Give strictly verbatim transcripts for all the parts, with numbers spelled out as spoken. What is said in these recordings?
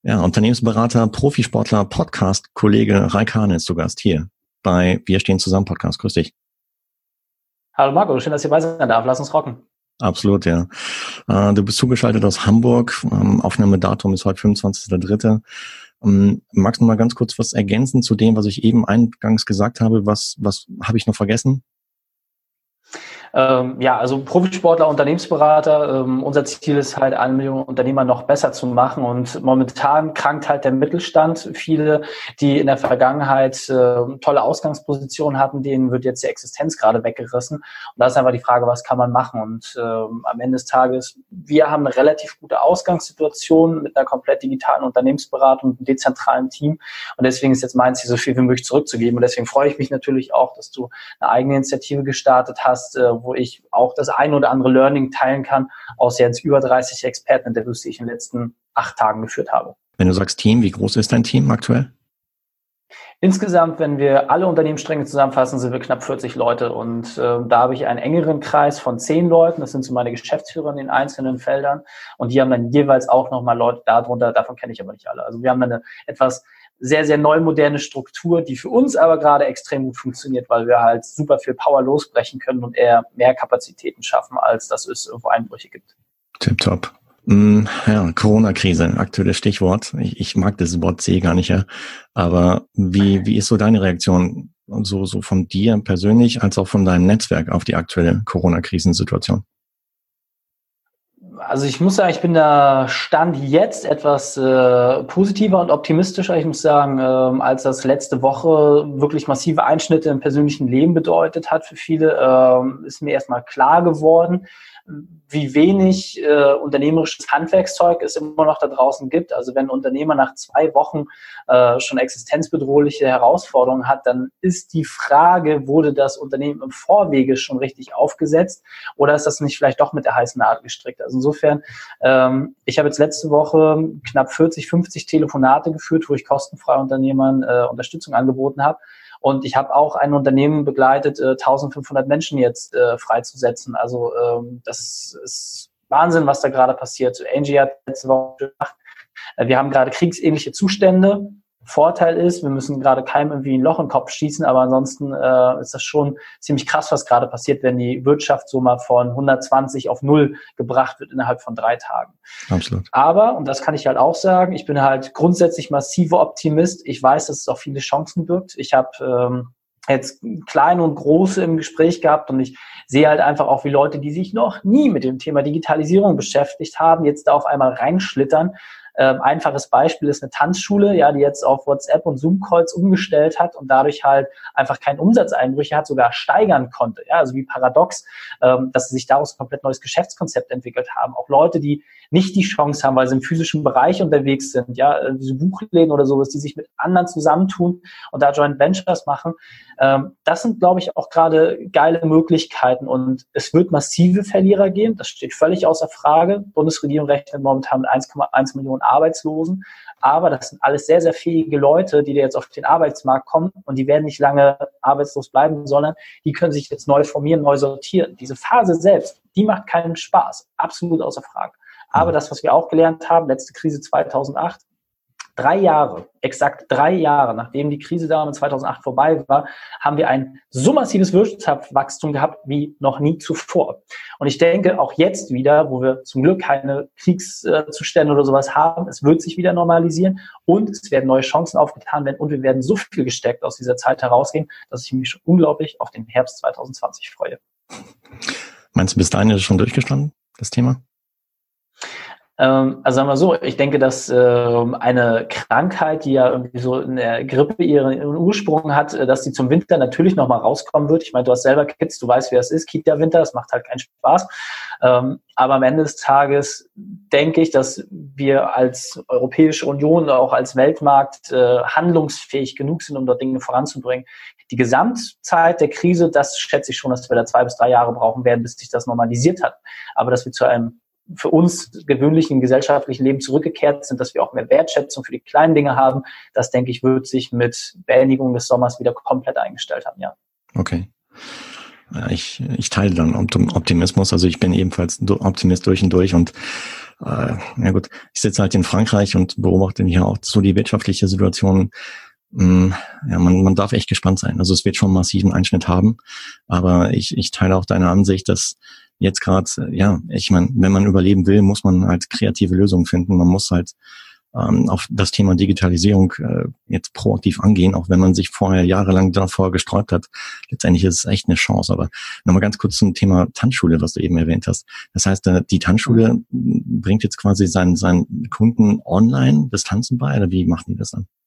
Ja, Unternehmensberater, Profisportler, Podcast-Kollege Raik Hane ist zu Gast hier bei Wir stehen zusammen Podcast. Grüß dich. Hallo Marco, schön, dass ich dabei sein darf. Lass uns rocken. Absolut, ja. Äh, du bist zugeschaltet aus Hamburg. Ähm, Aufnahmedatum ist heute fünfundzwanzigster dritter Ähm, magst du mal ganz kurz was ergänzen zu dem, was ich eben eingangs gesagt habe? Was, was habe ich noch vergessen? Ähm, ja, also Profisportler, Unternehmensberater. Ähm, unser Ziel ist halt, eine Million Unternehmer noch besser zu machen. Und momentan krankt halt der Mittelstand. Viele, die in der Vergangenheit äh, tolle Ausgangspositionen hatten, denen wird jetzt die Existenz gerade weggerissen. Und da ist einfach die Frage, was kann man machen? Und ähm, am Ende des Tages, wir haben eine relativ gute Ausgangssituation mit einer komplett digitalen Unternehmensberatung und einem dezentralen Team. Und deswegen ist jetzt mein Ziel, so viel wie möglich zurückzugeben. Und deswegen freue ich mich natürlich auch, dass du eine eigene Initiative gestartet hast, äh, wo ich auch das ein oder andere Learning teilen kann aus jetzt über dreißig Experteninterviews, die ich in den letzten acht Tagen geführt habe. Wenn du sagst Team, wie groß ist dein Team aktuell? Insgesamt, wenn wir alle Unternehmensstränge zusammenfassen, sind wir knapp vierzig Leute und äh, da habe ich einen engeren Kreis von zehn Leuten, das sind so meine Geschäftsführer in den einzelnen Feldern und die haben dann jeweils auch nochmal Leute darunter, davon kenne ich aber nicht alle. Also wir haben eine etwas sehr, sehr neu moderne Struktur, die für uns aber gerade extrem gut funktioniert, weil wir halt super viel Power losbrechen können und eher mehr Kapazitäten schaffen, als dass es irgendwo Einbrüche gibt. Tipptopp. Ja, Corona-Krise, aktuelles Stichwort. Ich, ich mag das Wort C gar nicht, ja. Aber wie, wie ist so deine Reaktion, so, so von dir persönlich als auch von deinem Netzwerk auf die aktuelle Corona-Krisensituation? Also ich muss sagen, ich bin da Stand jetzt etwas äh, positiver und optimistischer. Ich muss sagen, ähm, als das letzte Woche wirklich massive Einschnitte im persönlichen Leben bedeutet hat für viele, ähm, ist mir erstmal klar geworden, wie wenig äh, unternehmerisches Handwerkszeug es immer noch da draußen gibt. Also wenn ein Unternehmer nach zwei Wochen äh, schon existenzbedrohliche Herausforderungen hat, dann ist die Frage, wurde das Unternehmen im Vorwege schon richtig aufgesetzt oder ist das nicht vielleicht doch mit der heißen Nadel gestrickt? Also insofern, ähm, ich habe jetzt letzte Woche knapp vierzig, fünfzig Telefonate geführt, wo ich kostenfrei Unternehmern äh, Unterstützung angeboten habe. Und ich habe auch ein Unternehmen begleitet, äh, eintausendfünfhundert Menschen jetzt äh, freizusetzen. Also ähm, das ist Wahnsinn, was da gerade passiert. Angie hat letzte Woche gesagt, äh, wir haben gerade kriegsähnliche Zustände. Vorteil ist, wir müssen gerade keinem irgendwie ein Loch im Kopf schießen, aber ansonsten äh, ist das schon ziemlich krass, was gerade passiert, wenn die Wirtschaft so mal von hundertzwanzig auf null gebracht wird innerhalb von drei Tagen. Absolut. Aber, und das kann ich halt auch sagen, ich bin halt grundsätzlich massiver Optimist. Ich weiß, dass es auch viele Chancen birgt. Ich habe ähm, jetzt kleine und große im Gespräch gehabt und ich sehe halt einfach auch, wie Leute, die sich noch nie mit dem Thema Digitalisierung beschäftigt haben, jetzt da auf einmal reinschlittern. Ähm, einfaches Beispiel ist eine Tanzschule, ja, die jetzt auf WhatsApp und Zoom-Calls umgestellt hat und dadurch halt einfach keinen Umsatzeinbrüche hat, sogar steigern konnte. Ja, also wie paradox, ähm, dass sie sich daraus ein komplett neues Geschäftskonzept entwickelt haben. Auch Leute, die nicht die Chance haben, weil sie im physischen Bereich unterwegs sind, ja, diese Buchläden oder sowas, die sich mit anderen zusammentun und da Joint Ventures machen. Ähm, das sind, glaube ich, auch gerade geile Möglichkeiten und es wird massive Verlierer geben. Das steht völlig außer Frage. Die Bundesregierung rechnet momentan mit eins Komma eins Millionen Arbeitslosen. Aber das sind alles sehr, sehr fähige Leute, die jetzt auf den Arbeitsmarkt kommen und die werden nicht lange arbeitslos bleiben, sondern die können sich jetzt neu formieren, neu sortieren. Diese Phase selbst, die macht keinen Spaß. Absolut außer Frage. Aber das, was wir auch gelernt haben, letzte Krise zweitausendacht, drei Jahre, exakt drei Jahre, nachdem die Krise damals zweitausendacht vorbei war, haben wir ein so massives Wirtschaftswachstum gehabt wie noch nie zuvor. Und ich denke, auch jetzt wieder, wo wir zum Glück keine Kriegszustände oder sowas haben, es wird sich wieder normalisieren und es werden neue Chancen aufgetan werden und wir werden so viel gesteckt aus dieser Zeit herausgehen, dass ich mich schon unglaublich auf den Herbst zweitausendzwanzig freue. Meinst du, bis dahin ist es schon durchgestanden, das Thema? Ähm, also sagen wir so, ich denke, dass ähm, eine Krankheit, die ja irgendwie so in der Grippe ihren, ihren Ursprung hat, äh, dass die zum Winter natürlich nochmal rauskommen wird. Ich meine, du hast selber Kids, du weißt, wie das ist, Kita-Winter, das macht halt keinen Spaß. Ähm, aber am Ende des Tages denke ich, dass wir als Europäische Union, auch als Weltmarkt äh, handlungsfähig genug sind, um dort Dinge voranzubringen. Die Gesamtzeit der Krise, das schätze ich schon, dass wir da zwei bis drei Jahre brauchen werden, bis sich das normalisiert hat. Aber dass wir zu einem für uns gewöhnlichen gesellschaftlichen Leben zurückgekehrt sind, dass wir auch mehr Wertschätzung für die kleinen Dinge haben, das, denke ich, wird sich mit Beendigung des Sommers wieder komplett eingestellt haben, ja. Okay. Ja, ich, ich teile dann Optimismus, also ich bin ebenfalls Optimist durch und durch und äh, ja gut, ich sitze halt in Frankreich und beobachte hier auch so die wirtschaftliche Situation. Ja, man, man darf echt gespannt sein. Also es wird schon einen massiven Einschnitt haben, aber ich, ich teile auch deine Ansicht, dass jetzt gerade, ja, ich meine, wenn man überleben will, muss man halt kreative Lösungen finden. Man muss halt ähm, auf das Thema Digitalisierung äh, jetzt proaktiv angehen, auch wenn man sich vorher jahrelang davor gesträubt hat. Letztendlich ist es echt eine Chance. Aber nochmal ganz kurz zum Thema Tanzschule, was du eben erwähnt hast. Das heißt, die Tanzschule bringt jetzt quasi seinen, seinen Kunden online das Tanzen bei, oder wie machen die das dann?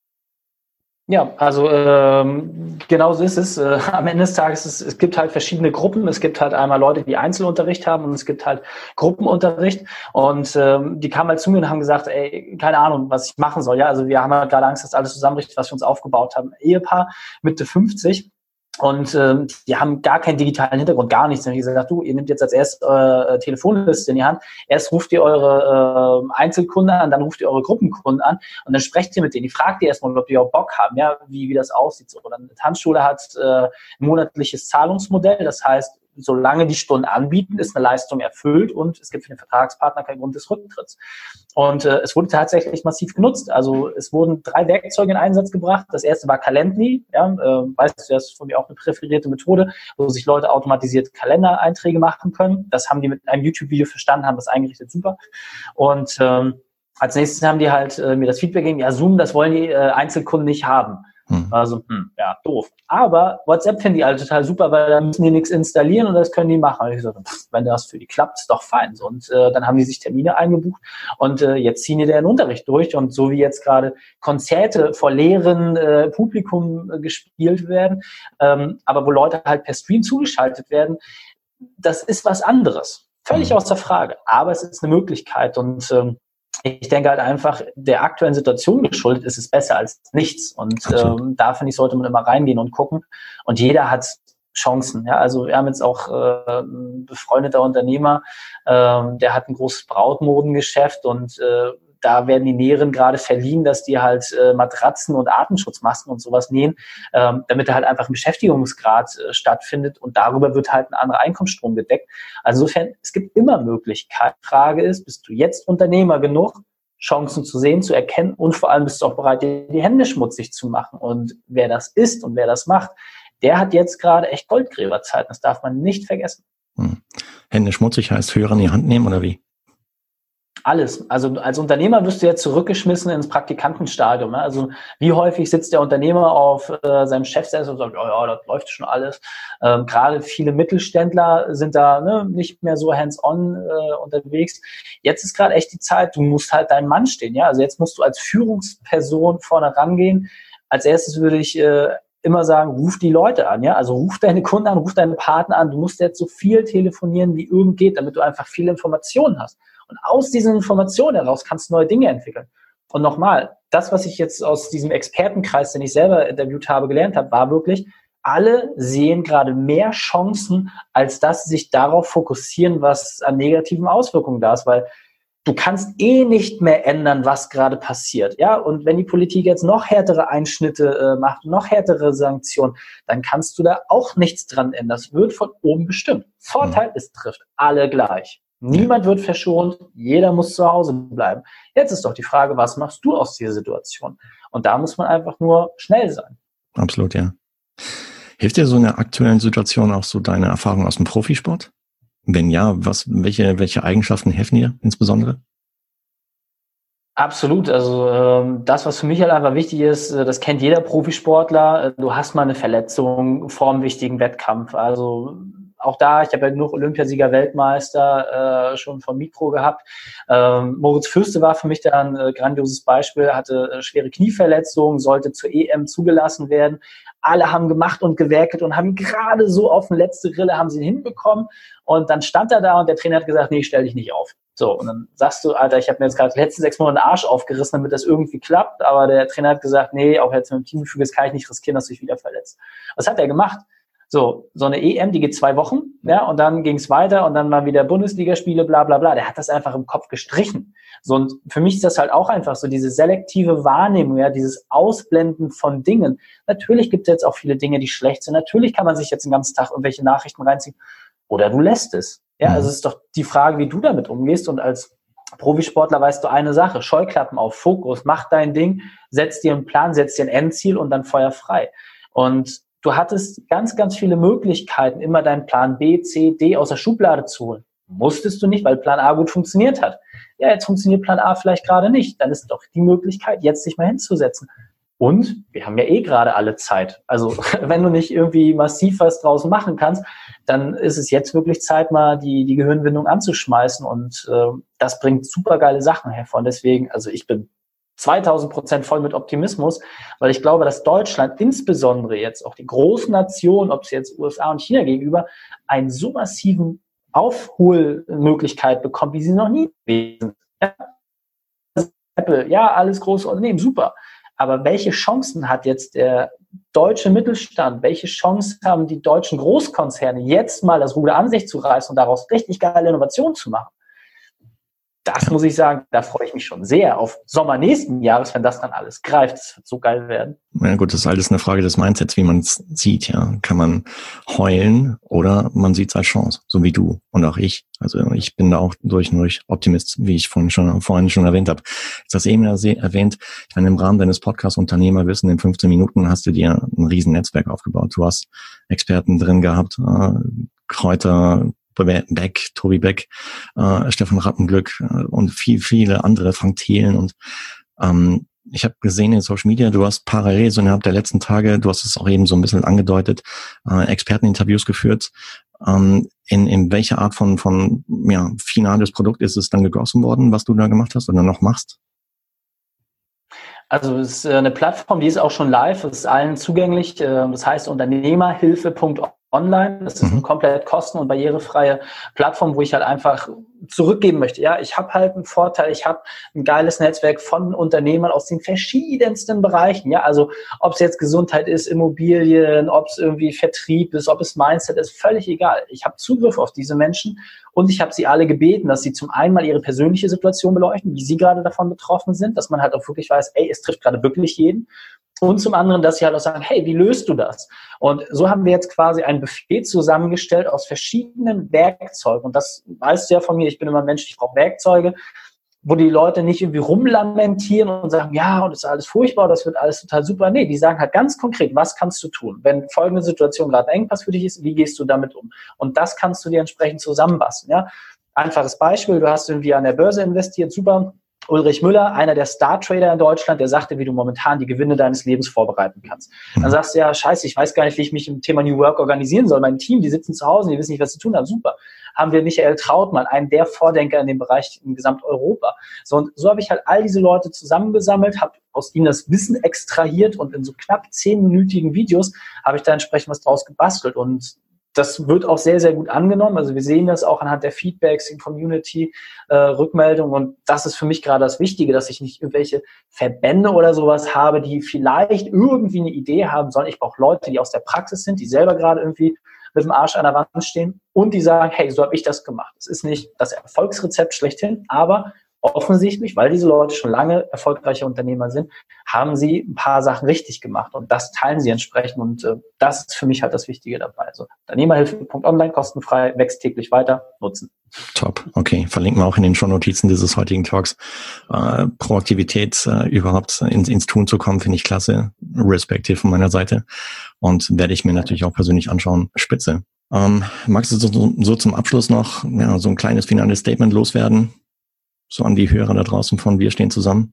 Ja, also ähm, genau so ist es. Äh, am Ende des Tages, es, es gibt halt verschiedene Gruppen. Es gibt halt einmal Leute, die Einzelunterricht haben und es gibt halt Gruppenunterricht. Und ähm, die kamen halt zu mir und haben gesagt, ey, keine Ahnung, was ich machen soll. Ja, also wir haben halt gerade Angst, dass alles zusammenbricht, was wir uns aufgebaut haben. Ehepaar, Mitte fünfzig. Und ähm, die haben gar keinen digitalen Hintergrund, gar nichts. Und ich gesagt, du, ihr nehmt jetzt als erst äh, Telefonliste in die Hand. Erst ruft ihr eure äh, Einzelkunden an, dann ruft ihr eure Gruppenkunden an und dann sprecht ihr mit denen. Die fragt ihr erstmal, ob die auch Bock haben, ja, wie wie das aussieht. So, oder eine Tanzschule hat äh, ein monatliches Zahlungsmodell. Das heißt, solange die Stunden anbieten, ist eine Leistung erfüllt und es gibt für den Vertragspartner keinen Grund des Rücktritts. Und äh, es wurde tatsächlich massiv genutzt. Also es wurden drei Werkzeuge in Einsatz gebracht. Das erste war Calendly. Ja, äh, weißt du, das ist von mir auch eine präferierte Methode, wo sich Leute automatisiert Kalendereinträge machen können. Das haben die mit einem YouTube-Video verstanden, haben das eingerichtet, super. Und ähm, als nächstes haben die halt äh, mir das Feedback gegeben, ja, Zoom, das wollen die äh, Einzelkunden nicht haben. Hm. Also, hm, ja, doof. Aber WhatsApp finden die alle total super, weil da müssen die nichts installieren und das können die machen. Und ich so, wenn das für die klappt, ist doch fein. Und äh, dann haben die sich Termine eingebucht und äh, jetzt ziehen die den Unterricht durch. Und so wie jetzt gerade Konzerte vor leeren äh, Publikum äh, gespielt werden, ähm, aber wo Leute halt per Stream zugeschaltet werden, das ist was anderes. Völlig außer Frage. Aber es ist eine Möglichkeit und ähm, ich denke halt einfach, der aktuellen Situation geschuldet ist es besser als nichts. Und ähm, da, finde ich, sollte man immer reingehen und gucken. Und jeder hat Chancen. Ja, also wir haben jetzt auch äh, ein befreundeter Unternehmer, äh, der hat ein großes Brautmodengeschäft und äh, da werden die Näheren gerade verliehen, dass die halt äh, Matratzen und Atemschutzmasken und sowas nähen, ähm, damit da halt einfach ein Beschäftigungsgrad äh, stattfindet und darüber wird halt ein anderer Einkommensstrom gedeckt. Also insofern, es gibt immer Möglichkeiten. Die Frage ist, bist du jetzt Unternehmer genug, Chancen zu sehen, zu erkennen und vor allem bist du auch bereit, dir die Hände schmutzig zu machen. Und wer das ist und wer das macht, der hat jetzt gerade echt Goldgräberzeiten. Das darf man nicht vergessen. Hm. Hände schmutzig heißt Hörer in die Hand nehmen oder wie? Alles. Also als Unternehmer wirst du jetzt zurückgeschmissen ins Praktikantenstadium. Ne? Also wie häufig sitzt der Unternehmer auf äh, seinem Chefsessel und sagt, ja, ja, das läuft schon alles. Ähm, gerade viele Mittelständler sind da ne, nicht mehr so hands-on äh, unterwegs. Jetzt ist gerade echt die Zeit, du musst halt dein Mann stehen. Ja, also jetzt musst du als Führungsperson vorne rangehen. Als erstes würde ich äh, immer sagen, ruf die Leute an, ja, also ruf deine Kunden an, ruf deine Partner an. Du musst jetzt so viel telefonieren, wie irgend geht, damit du einfach viele Informationen hast. Und aus diesen Informationen heraus kannst du neue Dinge entwickeln. Und nochmal, das, was ich jetzt aus diesem Expertenkreis, den ich selber interviewt habe, gelernt habe, war wirklich, alle sehen gerade mehr Chancen, als dass sie sich darauf fokussieren, was an negativen Auswirkungen da ist, weil du kannst eh nicht mehr ändern, was gerade passiert. Ja, und wenn die Politik jetzt noch härtere Einschnitte äh, macht, noch härtere Sanktionen, dann kannst du da auch nichts dran ändern. Das wird von oben bestimmt. Vorteil, es trifft alle gleich. Niemand wird verschont, jeder muss zu Hause bleiben. Jetzt ist doch die Frage, was machst du aus dieser Situation? Und da muss man einfach nur schnell sein. Absolut, ja. Hilft dir so in der aktuellen Situation auch so deine Erfahrung aus dem Profisport? Wenn ja, was, welche, welche Eigenschaften helfen dir insbesondere? Absolut. Also ähm, das, was für mich halt einfach wichtig ist, äh, das kennt jeder Profisportler. Äh, du hast mal eine Verletzung vor einem wichtigen Wettkampf. Also auch da, ich habe ja genug Olympiasieger, Weltmeister äh, schon vom Mikro gehabt. Ähm, Moritz Fürste war für mich da ein äh, grandioses Beispiel, hatte äh, schwere Knieverletzungen, sollte zur E M zugelassen werden. Alle haben gemacht und gewerkelt und haben gerade so auf den letzte Rille haben sie ihn hinbekommen. Und dann stand er da und der Trainer hat gesagt, nee, stell dich nicht auf. So, und dann sagst du, Alter, ich habe mir jetzt gerade die letzten sechs Monate den Arsch aufgerissen, damit das irgendwie klappt. Aber der Trainer hat gesagt, nee, auch jetzt mit dem Teamgefüge, das kann ich nicht riskieren, dass du dich wieder verletzt. Was hat er gemacht? So, so eine E M, die geht zwei Wochen, ja, und dann ging es weiter und dann mal wieder Bundesligaspiele, bla bla bla. Der hat das einfach im Kopf gestrichen. So, und für mich ist das halt auch einfach so diese selektive Wahrnehmung, ja, dieses Ausblenden von Dingen. Natürlich gibt es jetzt auch viele Dinge, die schlecht sind. Natürlich kann man sich jetzt den ganzen Tag irgendwelche Nachrichten reinziehen. Oder du lässt es. Ja, also es ist doch die Frage, wie du damit umgehst. Und als Profisportler weißt du eine Sache: Scheuklappen auf, Fokus, mach dein Ding, setz dir einen Plan, setz dir ein Endziel und dann Feuer frei. Und du hattest ganz, ganz viele Möglichkeiten, immer deinen Plan B, C, D aus der Schublade zu holen. Musstest du nicht, weil Plan A gut funktioniert hat. Ja, jetzt funktioniert Plan A vielleicht gerade nicht. Dann ist doch die Möglichkeit, jetzt sich mal hinzusetzen. Und wir haben ja eh gerade alle Zeit. Also wenn du nicht irgendwie massiv was draus machen kannst, dann ist es jetzt wirklich Zeit, mal die, die Gehirnwindung anzuschmeißen. Und äh, das bringt super geile Sachen hervor. Und deswegen, also ich bin zweitausend Prozent voll mit Optimismus, weil ich glaube, dass Deutschland, insbesondere jetzt auch die großen Nationen, ob es jetzt U S A und China gegenüber, einen so massiven Aufholmöglichkeit bekommt, wie sie noch nie gewesen sind. Ja, Apple, ja, alles große Unternehmen, super. Aber welche Chancen hat jetzt der deutsche Mittelstand? Welche Chancen haben die deutschen Großkonzerne, jetzt mal das Ruder an sich zu reißen und daraus richtig geile Innovationen zu machen? Das muss ich sagen, da freue ich mich schon sehr auf Sommer nächsten Jahres, wenn das dann alles greift. Das wird so geil werden. Ja gut, das ist alles eine Frage des Mindsets, wie man es sieht. Ja, kann man heulen oder man sieht es als Chance, so wie du und auch ich. Also ich bin da auch durch und durch Optimist, wie ich vorhin schon vorhin schon erwähnt habe. Jetzt hast du eben erwähnt, ich meine, im Rahmen deines Podcasts Unternehmerwissen in fünfzehn Minuten hast du dir ein riesen Netzwerk aufgebaut. Du hast Experten drin gehabt, äh, Kräuter, Beck, Tobi Beck, äh, Stefan Rappenglück äh, und viel, viele andere, Frank Thelen. Und ähm, ich habe gesehen in Social Media, du hast parallel so innerhalb der letzten Tage, du hast es auch eben so ein bisschen angedeutet, äh, Experteninterviews geführt. Ähm, in, in welche Art von, von ja, finales Produkt ist es dann gegossen worden, was du da gemacht hast oder noch machst? Also es ist eine Plattform, die ist auch schon live, es ist allen zugänglich. Das heißt Unternehmerhilfe Punkt online. Das ist eine komplett kosten- und barrierefreie Plattform, wo ich halt einfach zurückgeben möchte. Ja, ich habe halt einen Vorteil, ich habe ein geiles Netzwerk von Unternehmern aus den verschiedensten Bereichen. Ja, also ob es jetzt Gesundheit ist, Immobilien, ob es irgendwie Vertrieb ist, ob es Mindset ist, völlig egal. Ich habe Zugriff auf diese Menschen und ich habe sie alle gebeten, dass sie zum einen mal ihre persönliche Situation beleuchten, wie sie gerade davon betroffen sind, dass man halt auch wirklich weiß, ey, es trifft gerade wirklich jeden. Und zum anderen, dass sie halt auch sagen, hey, wie löst du das? Und so haben wir jetzt quasi ein Buffet zusammengestellt aus verschiedenen Werkzeugen. Und das weißt du ja von mir, ich bin immer ein Mensch, ich brauche Werkzeuge, wo die Leute nicht irgendwie rumlamentieren und sagen, ja, und das ist alles furchtbar, das wird alles total super. Nee, die sagen halt ganz konkret, was kannst du tun? Wenn folgende Situation gerade ein Engpass für dich ist, wie gehst du damit um? Und das kannst du dir entsprechend zusammenbasteln. Ja? Einfaches Beispiel, du hast irgendwie an der Börse investiert, super. Ulrich Müller, einer der Star-Trader in Deutschland, der sagte, wie du momentan die Gewinne deines Lebens vorbereiten kannst. Dann sagst du ja, scheiße, ich weiß gar nicht, wie ich mich im Thema New Work organisieren soll. Mein Team, die sitzen zu Hause, die wissen nicht, was sie tun haben. Super. Haben wir Michael Trautmann, einen der Vordenker in dem Bereich in Gesamteuropa. So, und so habe ich halt all diese Leute zusammengesammelt, habe aus ihnen das Wissen extrahiert und in so knapp zehnminütigen Videos habe ich da entsprechend was draus gebastelt. Und das wird auch sehr, sehr gut angenommen. Also wir sehen das auch anhand der Feedbacks, in Community, äh, Rückmeldungen. Und das ist für mich gerade das Wichtige, dass ich nicht irgendwelche Verbände oder sowas habe, die vielleicht irgendwie eine Idee haben, sondern ich brauche Leute, die aus der Praxis sind, die selber gerade irgendwie mit dem Arsch an der Wand stehen und die sagen, hey, so habe ich das gemacht. Es ist nicht das Erfolgsrezept schlechthin, aber offensichtlich, weil diese Leute schon lange erfolgreiche Unternehmer sind, haben sie ein paar Sachen richtig gemacht und das teilen sie entsprechend und äh, das ist für mich halt das Wichtige dabei. Also Unternehmerhilfe Punkt online, kostenfrei, wächst täglich weiter, nutzen. Top, okay. Verlinken wir auch in den Shownotizen dieses heutigen Talks. Äh, Proaktivität, äh, überhaupt ins, ins Tun zu kommen, finde ich klasse. Respekt hier von meiner Seite und werde ich mir natürlich auch persönlich anschauen. Spitze. Ähm, magst du so, so zum Abschluss noch ja, so ein kleines finales Statement loswerden? So an die Hörer da draußen von Wir stehen zusammen?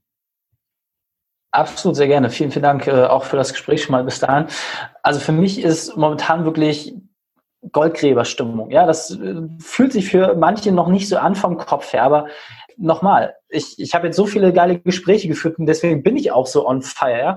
Absolut, sehr gerne. Vielen, vielen Dank äh, auch für das Gespräch schon mal bis dahin. Also für mich ist momentan wirklich Goldgräberstimmung. Ja, das äh, fühlt sich für manche noch nicht so an vom Kopf her, aber nochmal, ich, ich habe jetzt so viele geile Gespräche geführt und deswegen bin ich auch so on fire. Ja?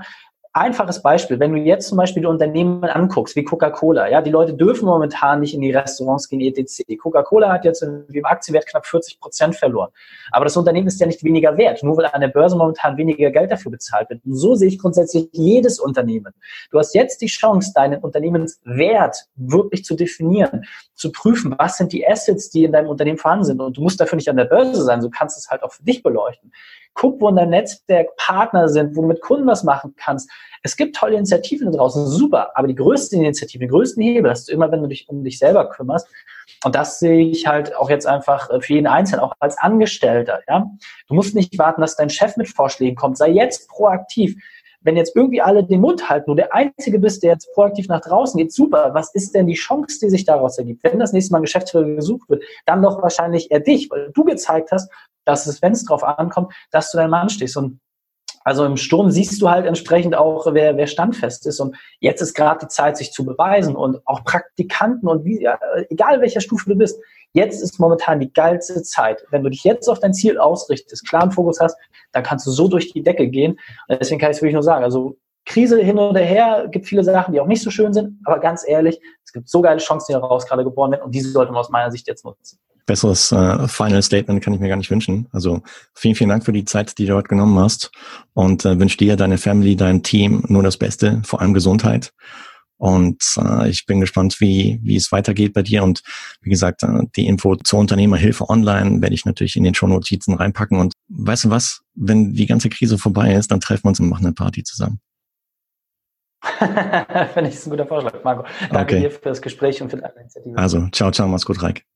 Einfaches Beispiel, wenn du jetzt zum Beispiel die Unternehmen anguckst, wie Coca-Cola, ja, die Leute dürfen momentan nicht in die Restaurants gehen, et cetera. Coca-Cola hat jetzt im Aktienwert knapp vierzig Prozent verloren. Aber das Unternehmen ist ja nicht weniger wert, nur weil an der Börse momentan weniger Geld dafür bezahlt wird. Und so sehe ich grundsätzlich jedes Unternehmen. Du hast jetzt die Chance, deinen Unternehmenswert wirklich zu definieren, zu prüfen, was sind die Assets, die in deinem Unternehmen vorhanden sind. Und du musst dafür nicht an der Börse sein, du kannst es halt auch für dich beleuchten. Guck, wo in deinem Netzwerk Partner sind, wo du mit Kunden was machen kannst. Es gibt tolle Initiativen da draußen, super, aber die größten Initiativen, die größten Hebel hast du immer, wenn du dich um dich selber kümmerst. Und das sehe ich halt auch jetzt einfach für jeden Einzelnen, auch als Angestellter. Ja? Du musst nicht warten, dass dein Chef mit Vorschlägen kommt. Sei jetzt proaktiv. Wenn jetzt irgendwie alle den Mund halten, nur der Einzige bist, der jetzt proaktiv nach draußen geht, super. Was ist denn die Chance, die sich daraus ergibt? Wenn das nächste Mal ein Geschäftsführer gesucht wird, dann doch wahrscheinlich eher dich, weil du gezeigt hast, dass es, wenn es drauf ankommt, dass du dein Mann stehst. Und also im Sturm siehst du halt entsprechend auch, wer, wer standfest ist. Und jetzt ist gerade die Zeit, sich zu beweisen. Und auch Praktikanten und wie, ja, egal welcher Stufe du bist, jetzt ist momentan die geilste Zeit. Wenn du dich jetzt auf dein Ziel ausrichtest, klaren Fokus hast, dann kannst du so durch die Decke gehen. Und deswegen kann ich es wirklich nur sagen, also Krise hin oder her, gibt viele Sachen, die auch nicht so schön sind. Aber ganz ehrlich, es gibt so geile Chancen, die daraus gerade geboren werden. Und diese sollte man aus meiner Sicht jetzt nutzen. Besseres äh, Final Statement kann ich mir gar nicht wünschen. Also vielen, vielen Dank für die Zeit, die du heute genommen hast, und äh, wünsche dir, deine Family, dein Team nur das Beste, vor allem Gesundheit. Und äh, ich bin gespannt, wie wie es weitergeht bei dir. Und wie gesagt, äh, die Info zur Unternehmerhilfe online werde ich natürlich in den Shownotizen reinpacken. Und weißt du was, wenn die ganze Krise vorbei ist, dann treffen wir uns und machen eine Party zusammen. Finde ich, ist ein guter Vorschlag, Marco. Danke okay. dir für das Gespräch und für deine Initiative. Also, ciao, ciao, mach's gut, Reik.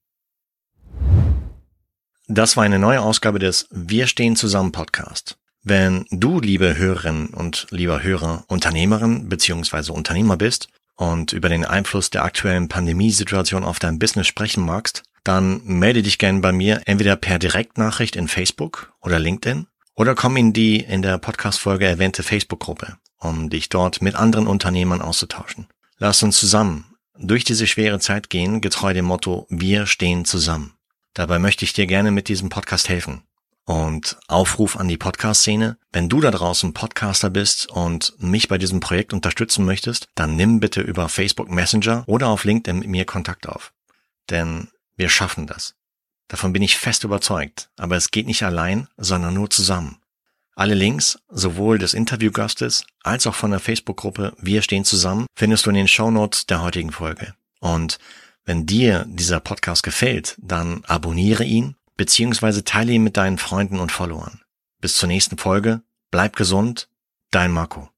Das war eine neue Ausgabe des Wir stehen zusammen Podcast. Wenn du, liebe Hörerinnen und lieber Hörer, Unternehmerin bzw. Unternehmer bist und über den Einfluss der aktuellen Pandemiesituation auf dein Business sprechen magst, dann melde dich gerne bei mir entweder per Direktnachricht in Facebook oder LinkedIn oder komm in die in der Podcast-Folge erwähnte Facebook-Gruppe, um dich dort mit anderen Unternehmern auszutauschen. Lass uns zusammen durch diese schwere Zeit gehen, getreu dem Motto Wir stehen zusammen. Dabei möchte ich dir gerne mit diesem Podcast helfen. Und Aufruf an die Podcast-Szene: Wenn du da draußen Podcaster bist und mich bei diesem Projekt unterstützen möchtest, dann nimm bitte über Facebook Messenger oder auf LinkedIn mit mir Kontakt auf. Denn wir schaffen das. Davon bin ich fest überzeugt. Aber es geht nicht allein, sondern nur zusammen. Alle Links, sowohl des Interviewgastes als auch von der Facebook-Gruppe Wir stehen zusammen, findest du in den Shownotes der heutigen Folge. Und wenn dir dieser Podcast gefällt, dann abonniere ihn beziehungsweise teile ihn mit deinen Freunden und Followern. Bis zur nächsten Folge. Bleib gesund. Dein Marco.